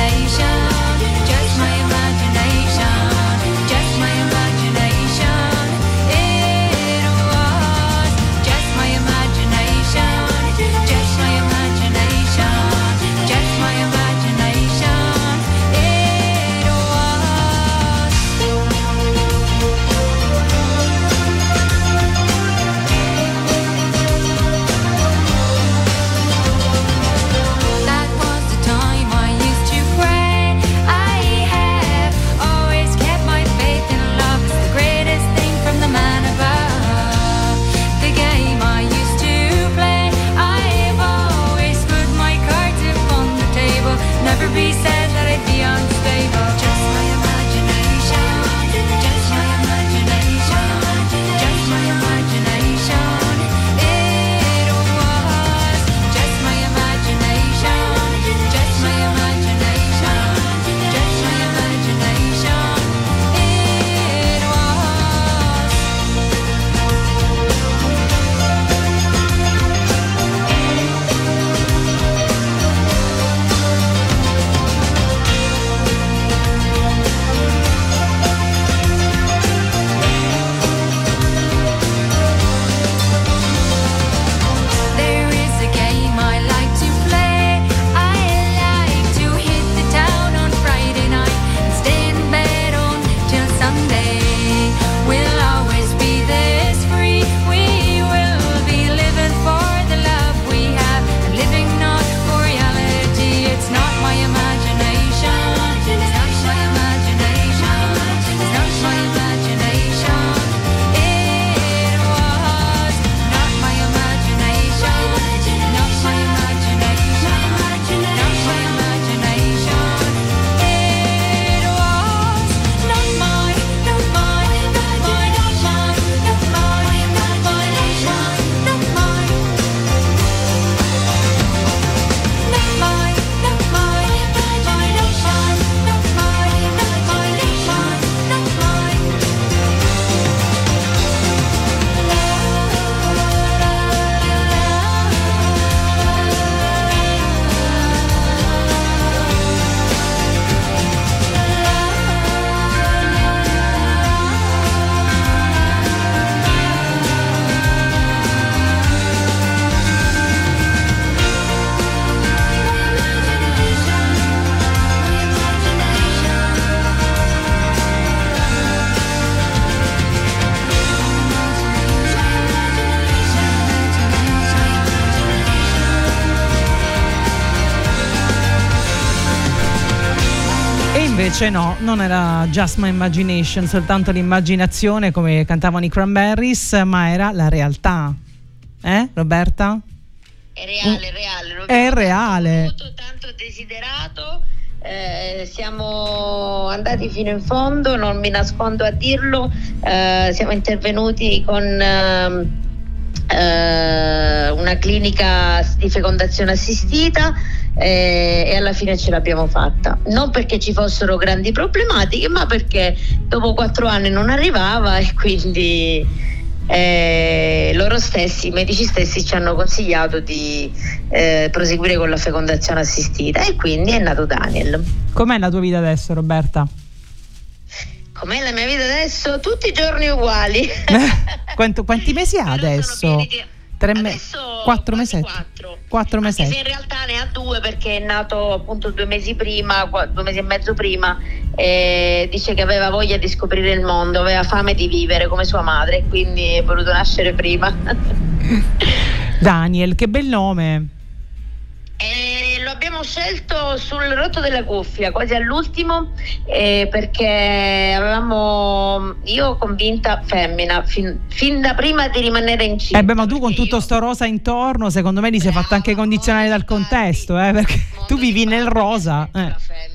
invece no, non era just my imagination, soltanto l'immaginazione come cantavano i Cranberries, ma era la realtà. Roberta? È reale. È reale. Tanto desiderato. Siamo andati fino in fondo, non mi nascondo a dirlo. Siamo intervenuti con una clinica di fecondazione assistita e alla fine ce l'abbiamo fatta, non perché ci fossero grandi problematiche, ma perché dopo 4 anni non arrivava e quindi loro stessi, i medici stessi, ci hanno consigliato di proseguire con la fecondazione assistita e quindi è nato Daniel. Com'è la tua vita adesso, Roberta? Com'è la mia vita adesso? Tutti i giorni uguali. Quanti mesi ha adesso? 4 mesi? 4 mesi. In realtà ne ha 2 perché è nato appunto 2 mesi prima, 2 mesi e mezzo prima, e dice che aveva voglia di scoprire il mondo, aveva fame di vivere come sua madre, quindi è voluto nascere prima. Daniel, che bel nome. Lo abbiamo scelto sul rotto della cuffia, quasi all'ultimo, perché io convinta femmina fin da prima di rimanere incinta. Ma tu con tutto sto rosa intorno, secondo me li sei fatta anche condizionare dal contesto, perché tu vivi nel rosa. La femmina.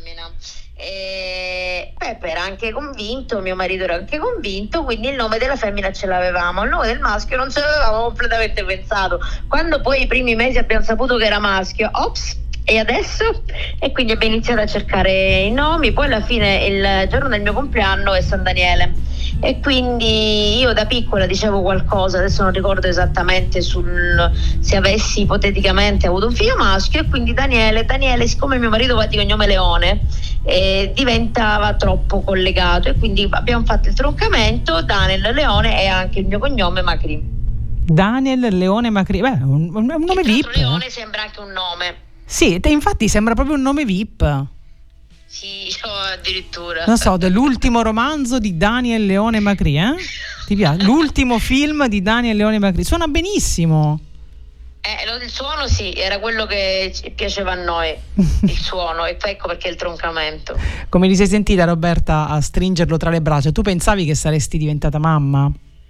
Peppe era anche convinto, mio marito era anche convinto, quindi il nome della femmina ce l'avevamo, il nome del maschio non ce l'avevamo completamente pensato. Quando poi i primi mesi abbiamo saputo che era maschio, ops, e adesso? E quindi abbiamo iniziato a cercare i nomi, poi alla fine il giorno del mio compleanno è San Daniele e quindi io da piccola dicevo qualcosa, adesso non ricordo esattamente se avessi ipoteticamente avuto un figlio maschio, e quindi Daniele, siccome mio marito va di cognome Leone, diventava troppo collegato e quindi abbiamo fatto il troncamento Daniel Leone e anche il mio cognome Macri. Daniel Leone Macri, è un nome VIP. Leone sembra anche un nome. Sì, infatti sembra proprio un nome VIP. Sì, addirittura. Non so, dell'ultimo romanzo di Daniel Leone Macri, Ti piace? L'ultimo film di Daniel Leone Macri. Suona benissimo. Il suono sì, era quello che ci piaceva a noi, il suono, e ecco perché il troncamento. Come ti sei sentita, Roberta, a stringerlo tra le braccia? Tu pensavi che saresti diventata mamma?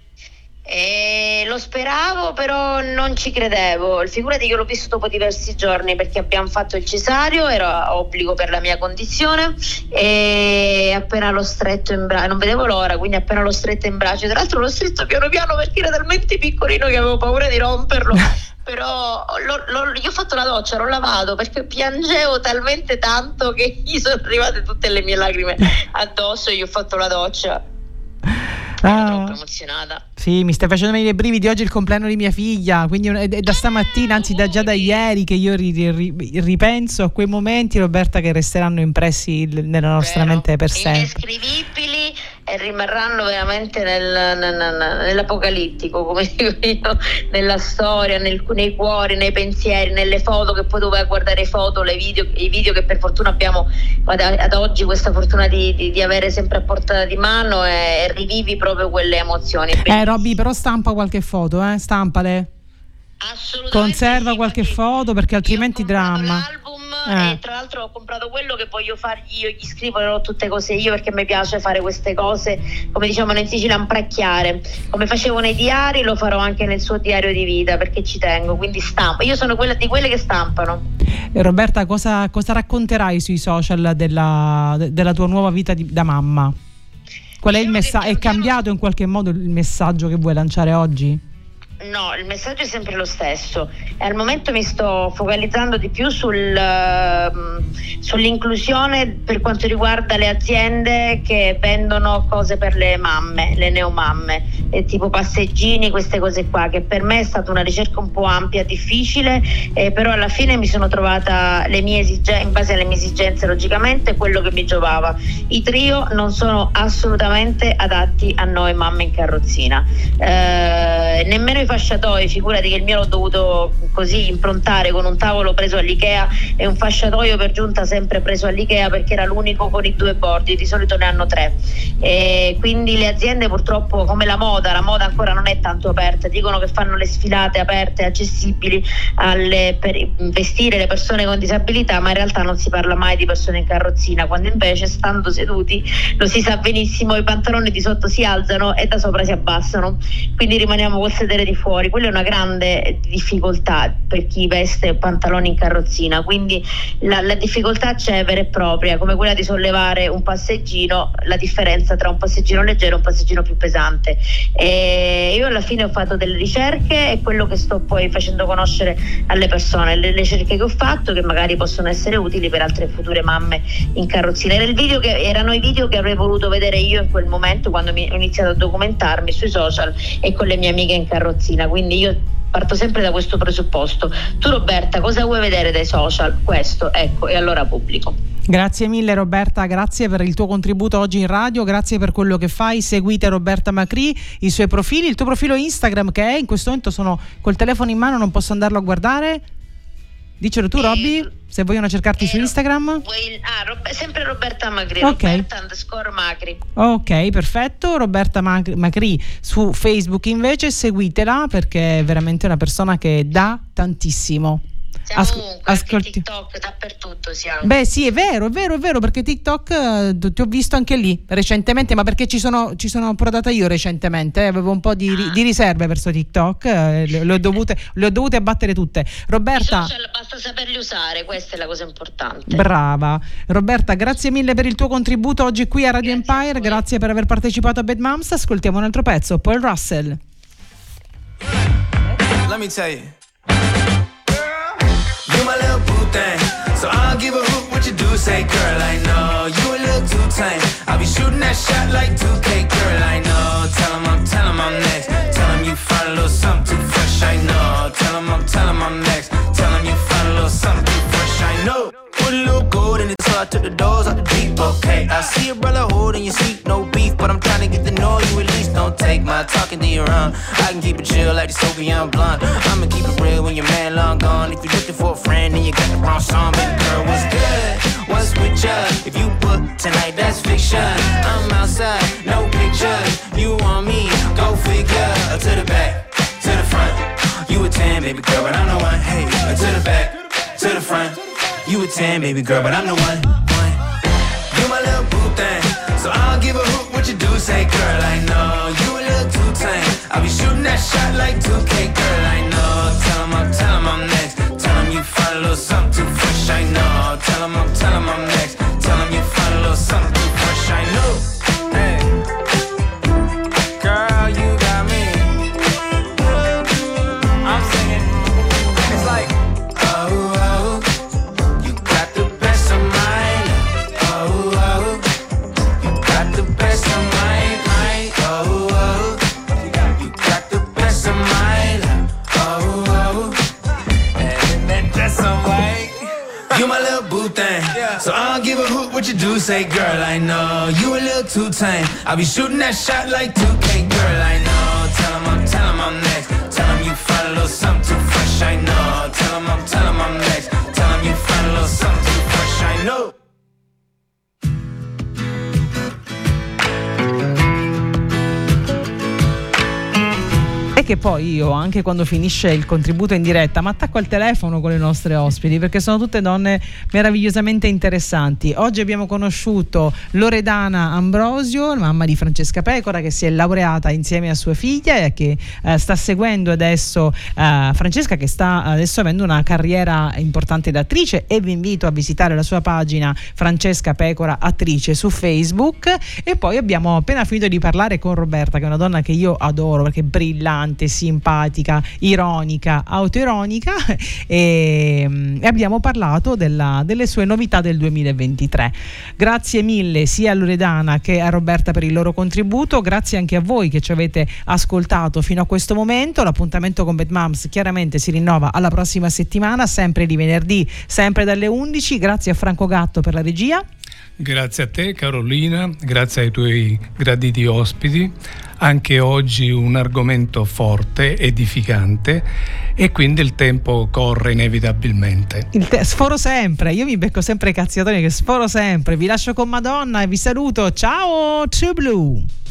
Lo speravo, però non ci credevo. Figurati che l'ho visto dopo diversi giorni, perché abbiamo fatto il cesareo, era obbligo per la mia condizione, e appena l'ho stretto in braccio, non vedevo l'ora, quindi appena l'ho stretto in braccio, tra l'altro l'ho stretto piano piano perché era talmente piccolino che avevo paura di romperlo. Però io ho fatto la doccia, l'ho lavato perché piangevo talmente tanto che gli sono arrivate tutte le mie lacrime addosso e gli ho fatto la doccia. Ero troppo emozionata. Sì, mi stai facendo venire i brividi. Oggi è il compleanno di mia figlia, quindi è da stamattina, anzi già da ieri, che io ripenso a quei momenti, Roberta, che resteranno impressi nella nostra mente per sempre. Indescrivibili, e rimarranno veramente nell'apocalittico, come dico io, nella storia, nei cuori, nei pensieri, nelle foto, che poi doveva guardare foto, i video che per fortuna abbiamo ad oggi questa fortuna di avere sempre a portata di mano, e rivivi proprio quelle emozioni. Robby, però stampa qualche foto, stampale. Assolutamente. Conserva qualche foto, perché altrimenti dramma. L'album, e tra l'altro ho comprato quello che voglio fargli io, gli scriverò tutte cose io, perché mi piace fare queste cose, come diciamo in Sicilia, impracchiare. Come facevo nei diari, lo farò anche nel suo diario di vita, perché ci tengo, quindi stampo. Io sono quella di quelle che stampano. Roberta, cosa racconterai sui social della tua nuova vita da mamma? Qual è il messaggio? È cambiato in qualche modo il messaggio che vuoi lanciare oggi? No, il messaggio è sempre lo stesso, e al momento mi sto focalizzando di più sull'inclusione per quanto riguarda le aziende che vendono cose per le mamme, le neomamme, tipo passeggini, queste cose qua, che per me è stata una ricerca un po' ampia, difficile, però alla fine mi sono trovata in base alle mie esigenze, logicamente, quello che mi giovava. I trio non sono assolutamente adatti a noi mamme in carrozzina, nemmeno i fasciatoio, figurati che il mio l'ho dovuto così improntare con un tavolo preso all'Ikea e un fasciatoio per giunta sempre preso all'Ikea, perché era l'unico con i 2 bordi, di solito ne hanno 3. E quindi le aziende purtroppo, come la moda ancora non è tanto aperta, dicono che fanno le sfilate aperte, accessibili per vestire le persone con disabilità, ma in realtà non si parla mai di persone in carrozzina, quando invece stando seduti lo si sa benissimo, i pantaloni di sotto si alzano e da sopra si abbassano, quindi rimaniamo col sedere di fuori. Quella è una grande difficoltà per chi veste pantaloni in carrozzina, quindi la difficoltà c'è vera e propria, come quella di sollevare un passeggino, la differenza tra un passeggino leggero e un passeggino più pesante. E io alla fine ho fatto delle ricerche e quello che sto poi facendo conoscere alle persone, le ricerche che ho fatto, che magari possono essere utili per altre future mamme in carrozzina. Erano i video che avrei voluto vedere io in quel momento, quando ho iniziato a documentarmi sui social e con le mie amiche in carrozzina, quindi io parto sempre da questo presupposto. Tu, Roberta, cosa vuoi vedere dai social? Questo, ecco, e allora pubblico. Grazie mille Roberta, grazie per il tuo contributo oggi in radio, grazie per quello che fai. Seguite Roberta Macri, i suoi profili, il tuo profilo Instagram, che è in questo momento, sono col telefono in mano, non posso andarlo a guardare. Dicelo tu, Robby, se vogliono cercarti su Instagram. Sempre Roberta Macri, okay. Roberta_Macri. Ok, perfetto. Roberta Macri su Facebook invece, seguitela, perché è veramente una persona che dà tantissimo. Siamo ovunque, TikTok, dappertutto siamo. Beh sì, è vero, perché TikTok ti ho visto anche lì recentemente, ma perché ci sono approdata io recentemente, avevo un po' di riserve verso TikTok, le ho dovute abbattere tutte. Roberta, i social basta saperli usare, questa è la cosa importante. Brava Roberta, grazie mille per il tuo contributo oggi qui a Radio Empire, grazie per aver partecipato a Bad Moms. Ascoltiamo un altro pezzo, Paul Russell. Let me tell you, you my little boo thing, so I'll give a hoot what you do. Say, girl, I know you a little too tame. I'll be shooting that shot like 2K, girl, I know. Tell him I'm next. Tell him you find a little something too fresh, I know. Tell him I'm next. Tell him you find a little something too fresh, I know. Put a little gold in it, so I took the doors out the deep, okay. I see a brother holding your seat, no beef, but I'm trying to get to know you at least. Don't take my talking to your own. I can keep it chill like the Soviet blonde. I'ma keep it real when your man long gone. If you're looking for a friend and you got the wrong song, baby girl, what's good? What's with ya? If you book tonight, that's fiction. I'm outside, no pictures. You want me? Go figure. To the back, to the front. You a 10, baby girl, but I'm the one. Hey, to the back, to the front. You a 10, baby girl, but I'm the one. You my little boo thing, so I'll give a hoot what you do. Say, girl, I know you a little too tame. I'll be shooting that shot like 2K, girl, I know. Tell him I'm next. Tell him you find a little something too fresh, I know. Tell him I'm next. Tell him you find a little something too fresh, I know. Hey, girl, you got me. I'm singing. It's like, oh, you got the best of mine. Oh, you got the best of mine. Oh, you got the best of mine. Oh, and then just some white. You my little boo thing, so I don't give a hoot what you do. Say, girl, I know you a little too tame. I'll be shooting that shot like 2K, girl, I know. Tell him I'm next. Tell him you find a little something too fresh, I know. Tell him I'm next. Tell him you find a little something too fresh, I know. E che poi io, anche quando finisce il contributo in diretta, mi attacco al telefono con le nostre ospiti, perché sono tutte donne meravigliosamente interessanti. Oggi abbiamo conosciuto Loredana Ambrosio, mamma di Francesca Pecora, che si è laureata insieme a sua figlia e che sta seguendo adesso Francesca, che sta adesso avendo una carriera importante da attrice, e vi invito a visitare la sua pagina Francesca Pecora Attrice su Facebook. E poi abbiamo appena finito di parlare con Roberta, che è una donna che io adoro perché è brillante, simpatica, ironica, autoironica, e abbiamo parlato delle sue novità del 2023. Grazie mille sia a Loredana che a Roberta per il loro contributo, grazie anche a voi che ci avete ascoltato fino a questo momento. L'appuntamento con Bad Moms chiaramente si rinnova alla prossima settimana, sempre di venerdì, sempre dalle 11. Grazie a Franco Gatto per la regia. Grazie a te Carolina, grazie ai tuoi graditi ospiti, anche oggi un argomento forte, edificante, e quindi il tempo corre inevitabilmente. Sforo sempre, io mi becco sempre i cazziatoni che sforo sempre. Vi lascio con Madonna e vi saluto. Ciao, True Blue.